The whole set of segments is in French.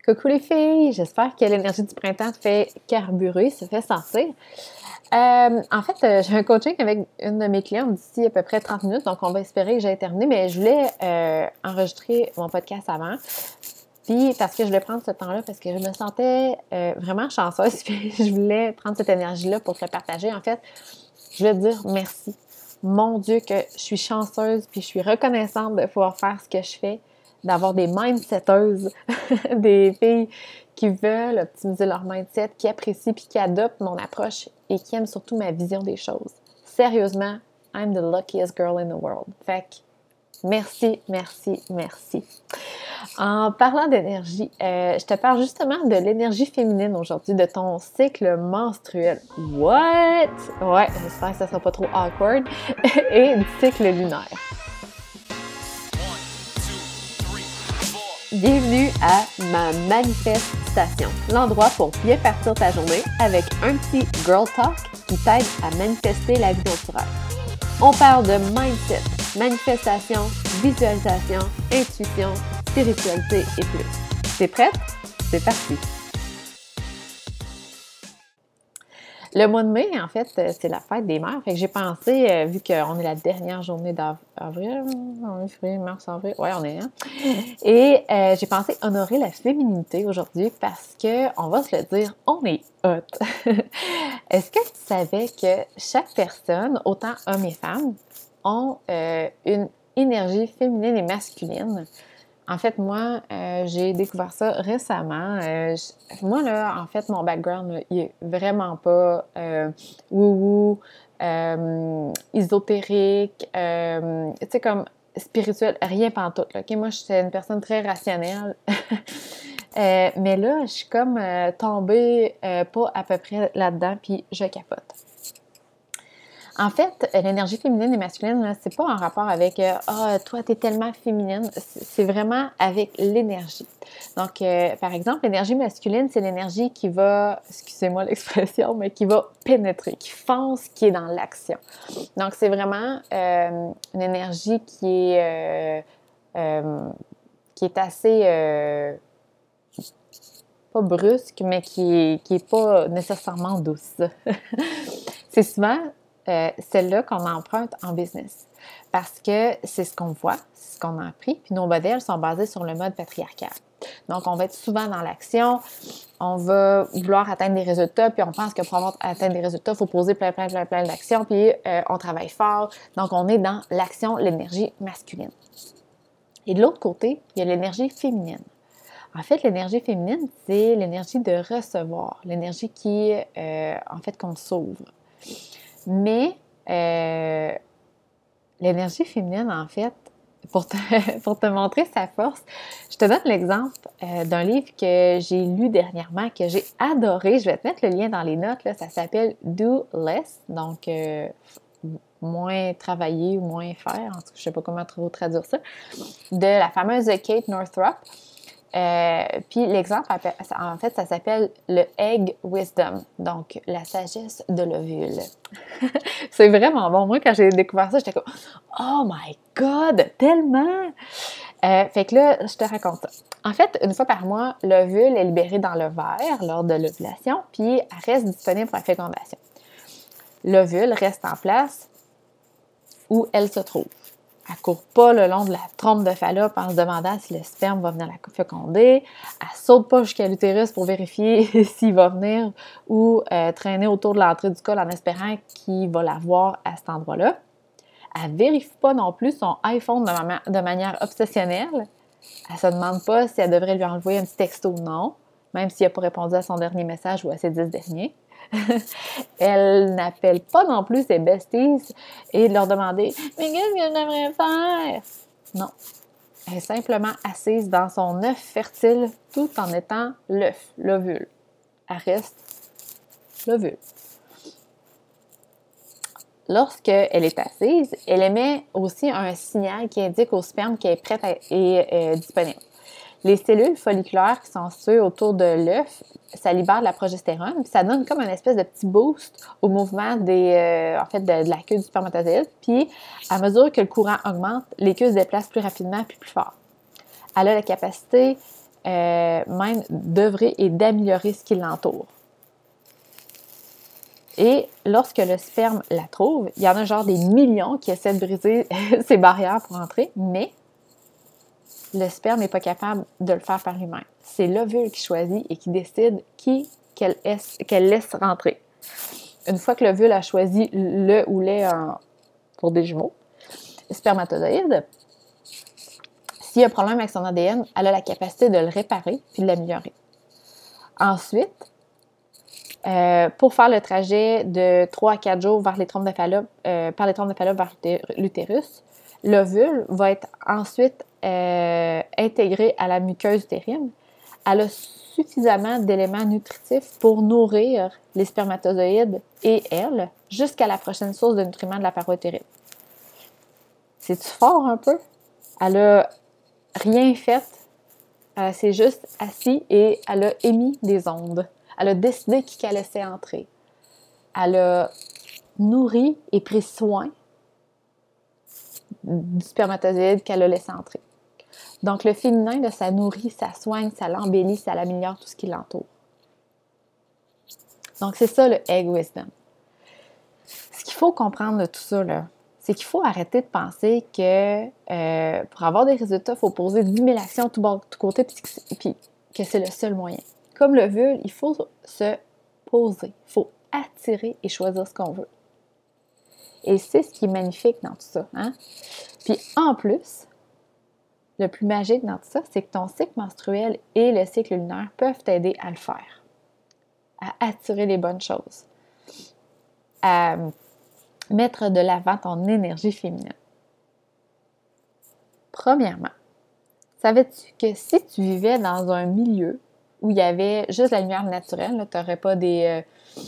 Coucou les filles, j'espère que l'énergie du printemps te fait carburer, se fait sentir. J'ai un coaching avec une de mes clientes d'ici à peu près 30 minutes, donc on va espérer que j'ai terminé, mais je voulais enregistrer mon podcast avant, puis parce que je voulais prendre ce temps-là, parce que je me sentais vraiment chanceuse, puis je voulais prendre cette énergie-là pour te le partager. En fait, je voulais te dire merci. Mon Dieu, que je suis chanceuse, puis je suis reconnaissante de pouvoir faire ce que je fais, d'avoir des mindsetteuses, des filles qui veulent optimiser leur mindset, qui apprécient puis qui adoptent mon approche et qui aiment surtout ma vision des choses. Sérieusement, I'm the luckiest girl in the world. Fait que merci, merci, merci. En parlant d'énergie, je te parle justement de l'énergie féminine aujourd'hui, de ton cycle menstruel. What? Ouais, j'espère que ça sera pas trop awkward. Et du cycle lunaire. Bienvenue à ma manifestation, l'endroit pour bien partir ta journée avec un petit girl talk qui t'aide à manifester la vie dont tu rêves. On parle de mindset, manifestation, visualisation, intuition, spiritualité et plus. T'es prête? C'est parti! Le mois de mai, en fait, c'est la fête des mères. Fait que j'ai pensé, vu qu'on est la dernière journée d'avril, février, mars, avril, ouais, on est, hein? Et j'ai pensé honorer la féminité aujourd'hui parce que, on va se le dire, on est hot. Est-ce que tu savais que chaque personne, autant hommes et femmes, ont une énergie féminine et masculine? En fait, moi, j'ai découvert ça récemment. Moi, là, en fait, mon background, là, il est vraiment pas woo-woo, ésotérique, tu sais, comme spirituel, rien pantoute, là. Okay? Moi, j'étais une personne très rationnelle. Mais là, je suis comme tombée pas à peu près là-dedans, puis je capote. En fait, l'énergie féminine et masculine, là, c'est pas en rapport avec toi, t'es tellement féminine. C'est vraiment avec l'énergie. Donc, par exemple, l'énergie masculine, c'est l'énergie qui va, excusez-moi l'expression, mais qui va pénétrer, qui fonce, qui est dans l'action. Donc, c'est vraiment une énergie qui est assez pas brusque, mais qui est pas nécessairement douce. C'est souvent celle-là qu'on emprunte en business. Parce que c'est ce qu'on voit, c'est ce qu'on a appris, puis nos modèles sont basés sur le mode patriarcal. Donc, on va être souvent dans l'action, on va vouloir atteindre des résultats, puis on pense que pour avoir atteindre des résultats, il faut poser plein d'actions, puis on travaille fort. Donc, on est dans l'action, l'énergie masculine. Et de l'autre côté, il y a l'énergie féminine. En fait, l'énergie féminine, c'est l'énergie de recevoir, l'énergie qui, en fait, qu'on s'ouvre. Mais l'énergie féminine, en fait, pour te montrer sa force, je te donne l'exemple d'un livre que j'ai lu dernièrement, que j'ai adoré. Je vais te mettre le lien dans les notes. Là. Ça s'appelle « Do Less », donc moins travailler ou moins faire. En tout cas, je ne sais pas comment trop traduire ça, de la fameuse Kate Northrup. Puis l'exemple, en fait, ça s'appelle le Egg Wisdom, donc la sagesse de l'ovule. C'est vraiment bon. Moi, quand j'ai découvert ça, j'étais comme « Oh my God! Tellement! » Fait que là, je te raconte ça. En fait, une fois par mois, l'ovule est libéré dans l'ovaire lors de l'ovulation, puis elle reste disponible pour la fécondation. L'ovule reste en place où elle se trouve. Elle ne court pas le long de la trompe de Fallope en se demandant si le sperme va venir la féconder. Elle ne saute pas jusqu'à l'utérus pour vérifier s'il va venir ou traîner autour de l'entrée du col en espérant qu'il va la voir à cet endroit-là. Elle ne vérifie pas non plus son iPhone de manière obsessionnelle. Elle ne se demande pas si elle devrait lui envoyer un petit texto ou non, même s'il n'a pas répondu à son dernier message ou à ses 10 derniers. Elle n'appelle pas non plus ses besties et leur demander « Mais qu'est-ce que je devrais faire? » Non. Elle est simplement assise dans son œuf fertile tout en étant l'œuf, l'ovule. Elle reste l'ovule. Lorsqu'elle est assise, elle émet aussi un signal qui indique au sperme qu'elle est prête et disponible. Les cellules folliculaires qui sont situées autour de l'œuf, ça libère de la progestérone, puis ça donne comme un espèce de petit boost au mouvement de la queue du spermatozoïde. Puis, à mesure que le courant augmente, les queues se déplacent plus rapidement puis plus fort. Elle a la capacité même d'œuvrer et d'améliorer ce qui l'entoure. Et lorsque le sperme la trouve, il y en a genre des millions qui essaient de briser ces barrières pour entrer, mais le sperme n'est pas capable de le faire par lui-même. C'est l'ovule qui choisit et qui décide qu'elle laisse rentrer. Une fois que l'ovule a choisi le ou les pour des jumeaux, spermatozoïde, s'il y a un problème avec son ADN, elle a la capacité de le réparer puis de l'améliorer. Ensuite, pour faire le trajet de 3 à 4 jours vers les trompes de Fallope, par les trompes de Fallope vers l'utérus, l'ovule va être ensuite intégré à la muqueuse utérine. Elle a suffisamment d'éléments nutritifs pour nourrir les spermatozoïdes et elle jusqu'à la prochaine source de nutriments de la paroi utérine. C'est-tu fort un peu? Elle a rien fait. Elle s'est juste assise et elle a émis des ondes. Elle a décidé qui qu'elle laissait entrer. Elle a nourri et pris soin du spermatozoïde qu'elle a laissé entrer. Donc, le féminin, là, ça nourrit, ça soigne, ça l'embellit, ça l'améliore tout ce qui l'entoure. Donc, c'est ça le egg wisdom. Ce qu'il faut comprendre de tout ça, là, c'est qu'il faut arrêter de penser que pour avoir des résultats, il faut poser 10 000 actions tout bord, tout côté, puis que c'est le seul moyen. Comme l'ovule, il faut se poser, il faut attirer et choisir ce qu'on veut. Et c'est ce qui est magnifique dans tout ça. Hein? Puis en plus, le plus magique dans tout ça, c'est que ton cycle menstruel et le cycle lunaire peuvent t'aider à le faire, à attirer les bonnes choses, à mettre de l'avant ton énergie féminine. Premièrement, savais-tu que si tu vivais dans un milieu où il y avait juste la lumière naturelle, tu n'aurais pas des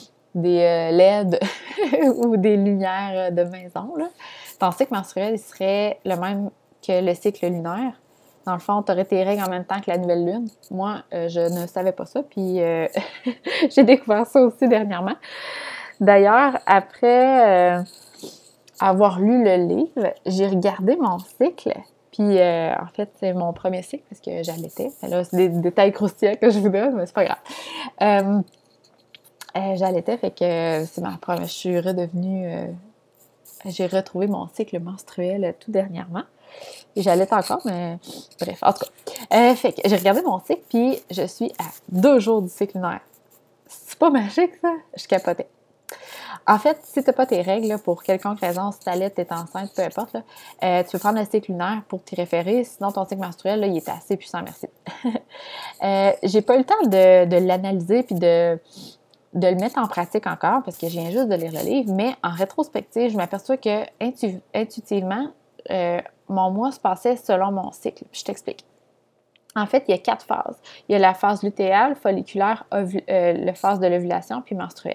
LED ou des lumières de maison, là, ton cycle menstruel il serait le même que le cycle lunaire. Dans le fond, tu aurais tes règles en même temps que la nouvelle lune. Moi, je ne savais pas ça, puis j'ai découvert ça aussi dernièrement. D'ailleurs, après avoir lu le livre, j'ai regardé mon cycle, puis en fait, c'est mon premier cycle parce que j'allaitais. Là, c'est des détails croustillants que je vous donne, mais c'est pas grave. J'allaitais, fait que c'est ma première. Je suis redevenue. J'ai retrouvé mon cycle menstruel tout dernièrement. Et j'allaite encore, mais bref, en tout cas. Fait que j'ai regardé mon cycle, puis je suis à 2 jours du cycle lunaire. C'est pas magique, ça? Je capotais. En fait, si t'as pas tes règles, là, pour quelconque raison, si t'allaites, t'es enceinte, peu importe, là, tu peux prendre le cycle lunaire pour t'y référer, sinon ton cycle menstruel, là, il est assez puissant, merci. J'ai pas eu le temps de l'analyser puis de le mettre en pratique encore, parce que je viens juste de lire le livre, mais en rétrospective, je m'aperçois que intuitivement, mon mois se passait selon mon cycle. Je t'explique. En fait, il y a 4 phases. Il y a la phase lutéale, folliculaire, la phase de l'ovulation, puis menstruelle.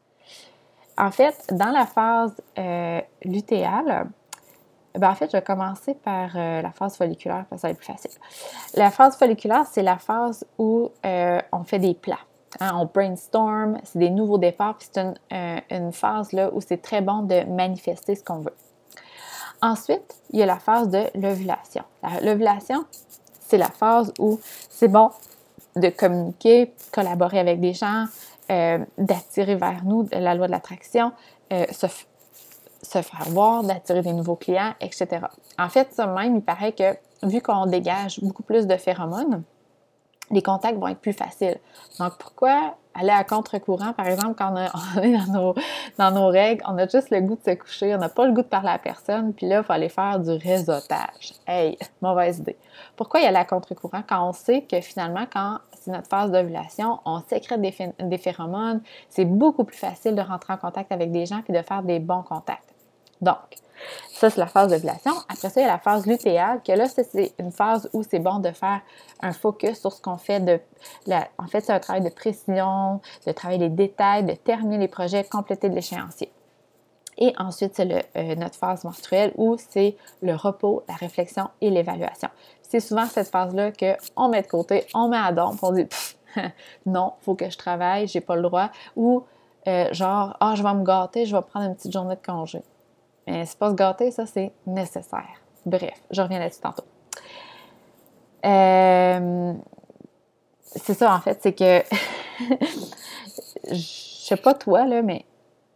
En fait, dans la phase lutéale, en fait, je vais commencer par la phase folliculaire, parce que ça va être plus facile. La phase folliculaire, c'est la phase où on fait des plans. Hein, on brainstorm, c'est des nouveaux départs, puis c'est une phase là, où c'est très bon de manifester ce qu'on veut. Ensuite, il y a la phase de l'ovulation. L'ovulation, c'est la phase où c'est bon de communiquer, collaborer avec des gens, d'attirer vers nous la loi de l'attraction, se faire voir, d'attirer des nouveaux clients, etc. En fait, ça même, il paraît que vu qu'on dégage beaucoup plus de phéromones, les contacts vont être plus faciles. Donc, pourquoi aller à contre-courant, par exemple, quand on est dans nos règles, on a juste le goût de se coucher, on n'a pas le goût de parler à la personne, puis là, il faut aller faire du réseautage. Hey, mauvaise idée. Pourquoi y aller à contre-courant quand on sait que finalement, quand c'est notre phase d'ovulation, on sécrète des phéromones, c'est beaucoup plus facile de rentrer en contact avec des gens puis de faire des bons contacts. Donc, ça, c'est la phase d'ovulation. Après ça, il y a la phase lutéale, que là, c'est une phase où c'est bon de faire un focus sur ce qu'on fait. En fait, c'est un travail de précision, de travailler les détails, de terminer les projets, compléter de l'échéancier. Et ensuite, c'est notre phase menstruelle où c'est le repos, la réflexion et l'évaluation. C'est souvent cette phase-là qu'on met de côté, on met à don, on dit « non, il faut que je travaille, j'ai pas le droit » ou genre « ah, je vais me gâter, je vais prendre une petite journée de congé ». Mais c'est pas se gâter, ça, c'est nécessaire. Bref, je reviens là-dessus tantôt. c'est ça, en fait, c'est que, je sais pas toi, là, mais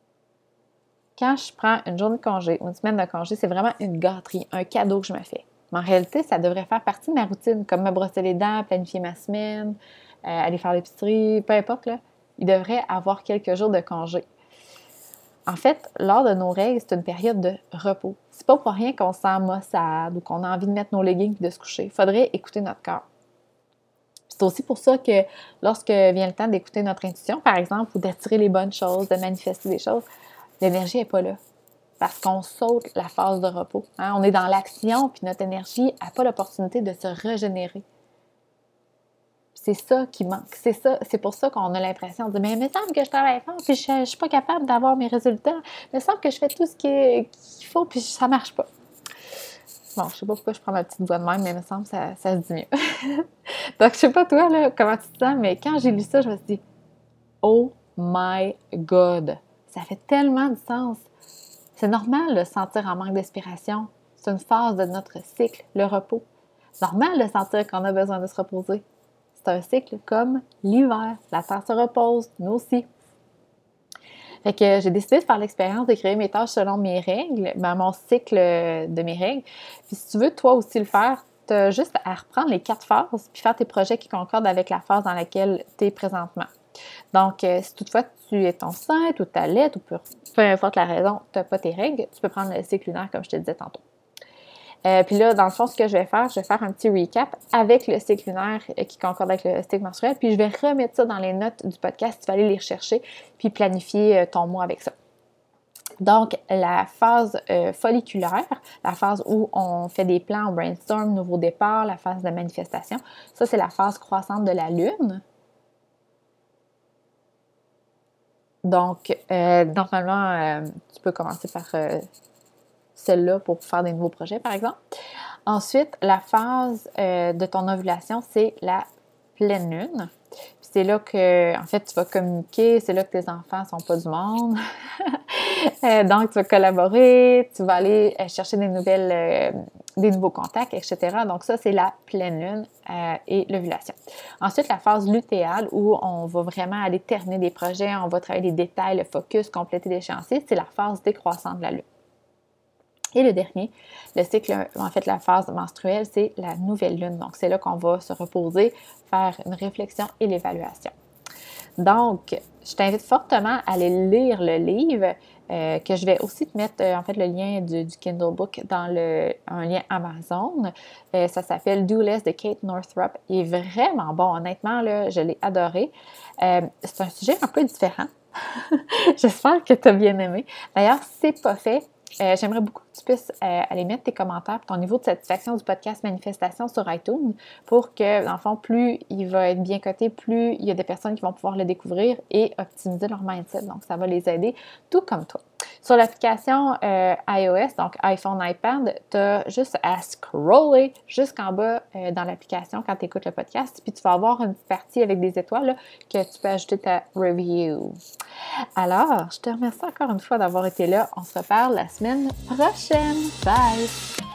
quand je prends une journée de congé ou une semaine de congé, c'est vraiment une gâterie, un cadeau que je me fais. Mais en réalité, ça devrait faire partie de ma routine, comme me brosser les dents, planifier ma semaine, aller faire l'épicerie, peu importe, là. Il devrait avoir quelques jours de congé. En fait, lors de nos règles, c'est une période de repos. C'est pas pour rien qu'on se sent maussade ou qu'on a envie de mettre nos leggings et de se coucher. Il faudrait écouter notre corps. C'est aussi pour ça que lorsque vient le temps d'écouter notre intuition, par exemple, ou d'attirer les bonnes choses, de manifester des choses, l'énergie n'est pas là. Parce qu'on saute la phase de repos. Hein? On est dans l'action, puis notre énergie n'a pas l'opportunité de se régénérer. C'est ça qui manque. C'est pour ça qu'on a l'impression de dire, mais il me semble que je travaille fort, puis je ne suis pas capable d'avoir mes résultats. Il me semble que je fais tout ce qu'il faut, puis ça ne marche pas. Bon, je ne sais pas pourquoi je prends ma petite voix de même, mais il me semble que ça se dit mieux. Donc, je sais pas toi, là, comment tu te sens, mais quand j'ai lu ça, je me suis dit, oh my God! Ça fait tellement de sens. C'est normal de se sentir en manque d'inspiration. C'est une phase de notre cycle, le repos. C'est normal de sentir qu'on a besoin de se reposer. C'est un cycle comme l'hiver. La terre se repose, nous aussi. Fait que j'ai décidé de faire l'expérience de créer mes tâches selon mes règles, mon cycle de mes règles. Puis si tu veux toi aussi le faire, tu as juste à reprendre les 4 phases puis faire tes projets qui concordent avec la phase dans laquelle tu es présentement. Donc, si toutefois tu es enceinte ou tu allaites ou peu importe la raison, tu n'as pas tes règles, tu peux prendre le cycle lunaire comme je te disais tantôt. Puis là, dans le fond, ce que je vais faire un petit recap avec le cycle lunaire qui concorde avec le cycle menstruel, puis je vais remettre ça dans les notes du podcast, tu vas aller les rechercher, puis planifier ton mois avec ça. Donc, la phase folliculaire, la phase où on fait des plans, on brainstorm, nouveau départ, la phase de manifestation, ça, c'est la phase croissante de la Lune. Donc, normalement, tu peux commencer par celle-là pour faire des nouveaux projets, par exemple. Ensuite, la phase de ton ovulation, c'est la pleine lune. Puis c'est là que, en fait, tu vas communiquer, c'est là que tes enfants sont pas du monde. Donc, tu vas collaborer, tu vas aller chercher des nouveaux contacts, etc. Donc, ça, c'est la pleine lune et l'ovulation. Ensuite, la phase lutéale où on va vraiment aller terminer des projets, on va travailler les détails, le focus, compléter l'échéancier, c'est la phase décroissante de la lune. Et le dernier, le cycle, en fait, la phase menstruelle, c'est la nouvelle lune. Donc, c'est là qu'on va se reposer, faire une réflexion et l'évaluation. Donc, je t'invite fortement à aller lire le livre, que je vais aussi te mettre, en fait, le lien du Kindle Book dans un lien Amazon. Ça s'appelle Do Less de Kate Northrup. Il est vraiment bon, honnêtement, là, je l'ai adoré. C'est un sujet un peu différent. J'espère que tu as bien aimé. D'ailleurs, si ce n'est pas fait, j'aimerais beaucoup que tu puisses aller mettre tes commentaires, ton niveau de satisfaction du podcast Manifestation sur iTunes pour que, dans le fond, plus il va être bien coté, plus il y a des personnes qui vont pouvoir le découvrir et optimiser leur mindset. Donc, ça va les aider, tout comme toi. Sur l'application iOS, donc iPhone, iPad, tu as juste à scroller jusqu'en bas dans l'application quand tu écoutes le podcast, puis tu vas avoir une petite partie avec des étoiles là, que tu peux ajouter ta review. Alors, je te remercie encore une fois d'avoir été là. On se reparle la semaine prochaine. Bye!